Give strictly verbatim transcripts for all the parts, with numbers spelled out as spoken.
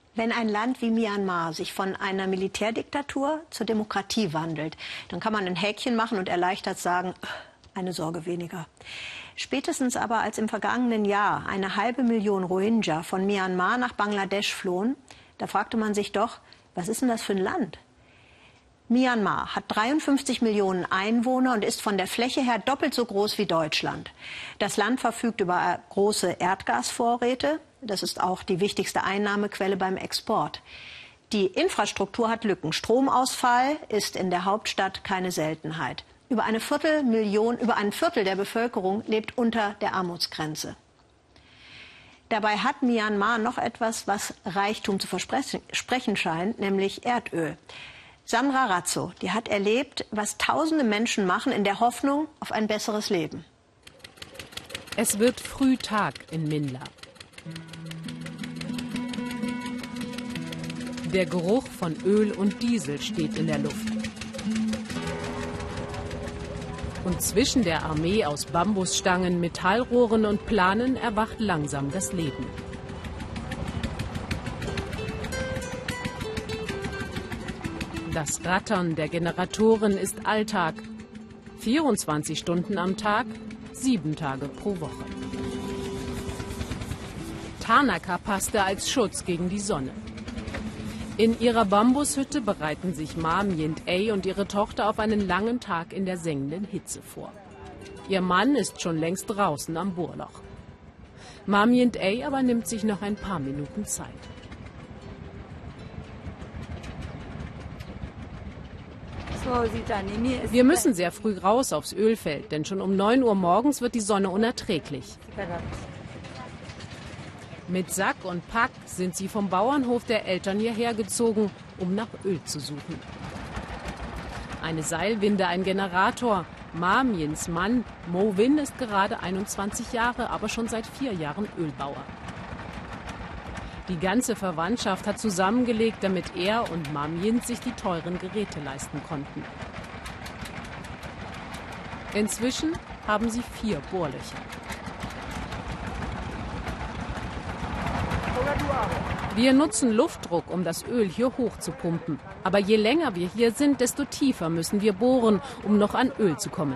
Wenn ein Land wie Myanmar sich von einer Militärdiktatur zur Demokratie wandelt, dann kann man ein Häkchen machen und erleichtert sagen, eine Sorge weniger. Spätestens aber, als im vergangenen Jahr eine halbe Million Rohingya von Myanmar nach Bangladesch flohen, da fragte man sich doch, was ist denn das für ein Land? Myanmar hat dreiundfünfzig Millionen Einwohner und ist von der Fläche her doppelt so groß wie Deutschland. Das Land verfügt über große Erdgasvorräte. Das ist auch die wichtigste Einnahmequelle beim Export. Die Infrastruktur hat Lücken. Stromausfall ist in der Hauptstadt keine Seltenheit. Über eine Viertelmillion, über ein Viertel der Bevölkerung lebt unter der Armutsgrenze. Dabei hat Myanmar noch etwas, was Reichtum zu versprechen scheint, nämlich Erdöl. Sandra Razzo, die hat erlebt, was tausende Menschen machen in der Hoffnung auf ein besseres Leben. Es wird früh Tag in Minla. Der Geruch von Öl und Diesel steht in der Luft. Und zwischen der Armee aus Bambusstangen, Metallrohren und Planen erwacht langsam das Leben. Das Rattern der Generatoren ist Alltag. vierundzwanzig Stunden am Tag, sieben Tage pro Woche. Tanaka-Paste als Schutz gegen die Sonne. In ihrer Bambushütte bereiten sich Ma Myint-Ey und ihre Tochter auf einen langen Tag in der sengenden Hitze vor. Ihr Mann ist schon längst draußen am Bohrloch. Ma Myint-Ey aber nimmt sich noch ein paar Minuten Zeit. Wir müssen sehr früh raus aufs Ölfeld, denn schon um neun Uhr morgens wird die Sonne unerträglich. Mit Sack und Pack sind sie vom Bauernhof der Eltern hierher gezogen, um nach Öl zu suchen. Eine Seilwinde, ein Generator. Ma Myints Mann Mo Win ist gerade einundzwanzig Jahre, aber schon seit vier Jahren Ölbauer. Die ganze Verwandtschaft hat zusammengelegt, damit er und Ma Myint sich die teuren Geräte leisten konnten. Inzwischen haben sie vier Bohrlöcher. Wir nutzen Luftdruck, um das Öl hier hoch zu pumpen. Aber je länger wir hier sind, desto tiefer müssen wir bohren, um noch an Öl zu kommen.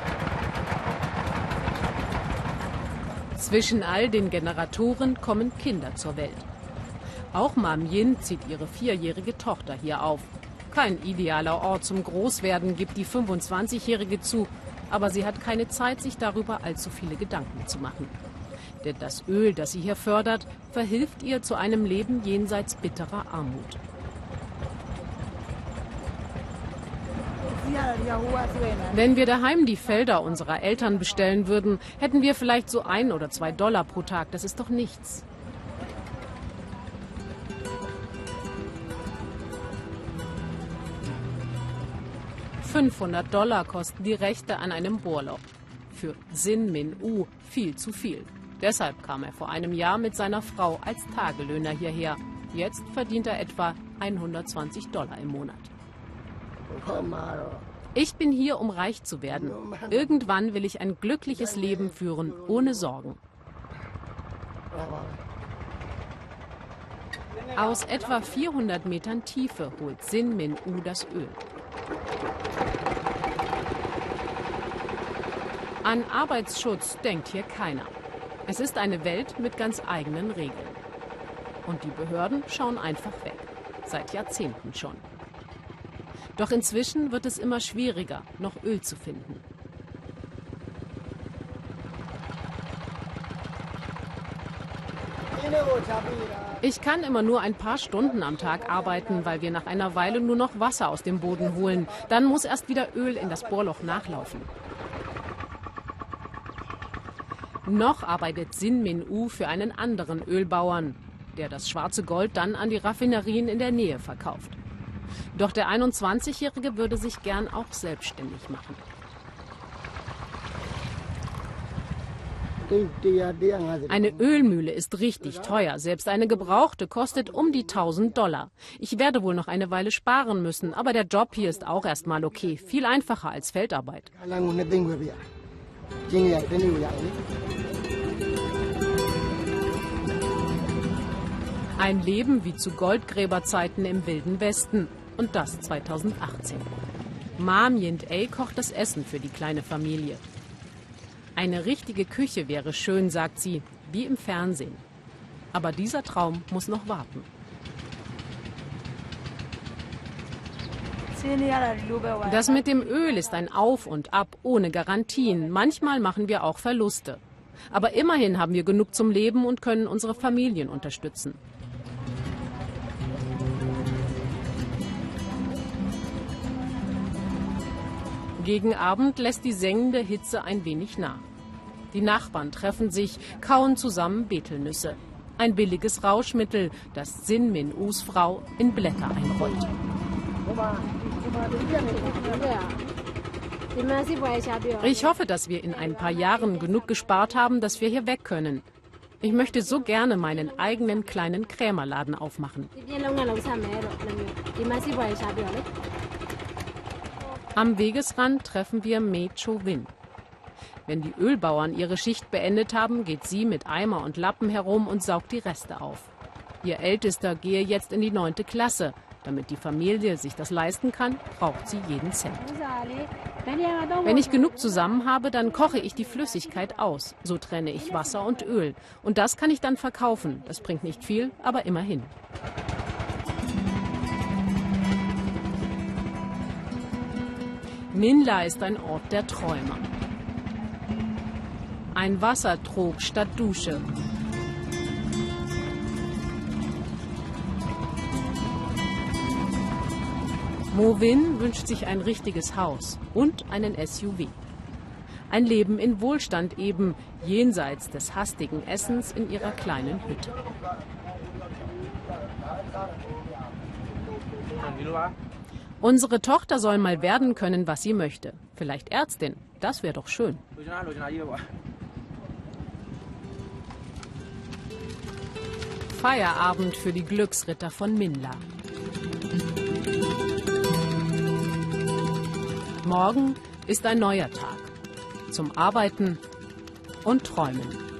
Zwischen all den Generatoren kommen Kinder zur Welt. Auch Ma Myint zieht ihre vierjährige Tochter hier auf. Kein idealer Ort zum Großwerden, gibt die fünfundzwanzigjährige zu. Aber sie hat keine Zeit, sich darüber allzu viele Gedanken zu machen. Denn das Öl, das sie hier fördert, verhilft ihr zu einem Leben jenseits bitterer Armut. Wenn wir daheim die Felder unserer Eltern bestellen würden, hätten wir vielleicht so ein oder zwei Dollar pro Tag. Das ist doch nichts. fünfhundert Dollar kosten die Rechte an einem Bohrloch. Für Sin Min U viel zu viel. Deshalb kam er vor einem Jahr mit seiner Frau als Tagelöhner hierher. Jetzt verdient er etwa hundertzwanzig Dollar im Monat. Ich bin hier, um reich zu werden. Irgendwann will ich ein glückliches Leben führen, ohne Sorgen. Aus etwa vierhundert Metern Tiefe holt Sin Min U das Öl. An Arbeitsschutz denkt hier keiner. Es ist eine Welt mit ganz eigenen Regeln. Und die Behörden schauen einfach weg. Seit Jahrzehnten schon. Doch inzwischen wird es immer schwieriger, noch Öl zu finden. Ich kann immer nur ein paar Stunden am Tag arbeiten, weil wir nach einer Weile nur noch Wasser aus dem Boden holen. Dann muss erst wieder Öl in das Bohrloch nachlaufen. Noch arbeitet Sin Min U für einen anderen Ölbauern, der das schwarze Gold dann an die Raffinerien in der Nähe verkauft. Doch der einundzwanzigjährige würde sich gern auch selbstständig machen. Eine Ölmühle ist richtig teuer. Selbst eine gebrauchte kostet um die tausend Dollar. Ich werde wohl noch eine Weile sparen müssen, aber der Job hier ist auch erstmal okay. Viel einfacher als Feldarbeit. Ein Leben wie zu Goldgräberzeiten im Wilden Westen. Und das zweitausendachtzehn. Ma Myint-ei kocht das Essen für die kleine Familie. Eine richtige Küche wäre schön, sagt sie, wie im Fernsehen. Aber dieser Traum muss noch warten. Das mit dem Öl ist ein Auf und Ab ohne Garantien. Manchmal machen wir auch Verluste. Aber immerhin haben wir genug zum Leben und können unsere Familien unterstützen. Gegen Abend lässt die sengende Hitze ein wenig nach. Die Nachbarn treffen sich, kauen zusammen Betelnüsse. Ein billiges Rauschmittel, das Sin Min Us Frau in Blätter einrollt. Ich hoffe, dass wir in ein paar Jahren genug gespart haben, dass wir hier weg können. Ich möchte so gerne meinen eigenen kleinen Krämerladen aufmachen. Am Wegesrand treffen wir Me Cho-win. Wenn die Ölbauern ihre Schicht beendet haben, geht sie mit Eimer und Lappen herum und saugt die Reste auf. Ihr Ältester gehe jetzt in die neunte Klasse. Damit die Familie sich das leisten kann, braucht sie jeden Cent. Wenn ich genug zusammen habe, dann koche ich die Flüssigkeit aus. So trenne ich Wasser und Öl. Und das kann ich dann verkaufen. Das bringt nicht viel, aber immerhin. Minla ist ein Ort der Träumer. Ein Wassertrog statt Dusche. Mo Win wünscht sich ein richtiges Haus und einen S U V. Ein Leben in Wohlstand eben, jenseits des hastigen Essens in ihrer kleinen Hütte. Unsere Tochter soll mal werden können, was sie möchte. Vielleicht Ärztin, das wäre doch schön. Feierabend für die Glücksritter von Minla. Morgen ist ein neuer Tag. Zum Arbeiten und Träumen.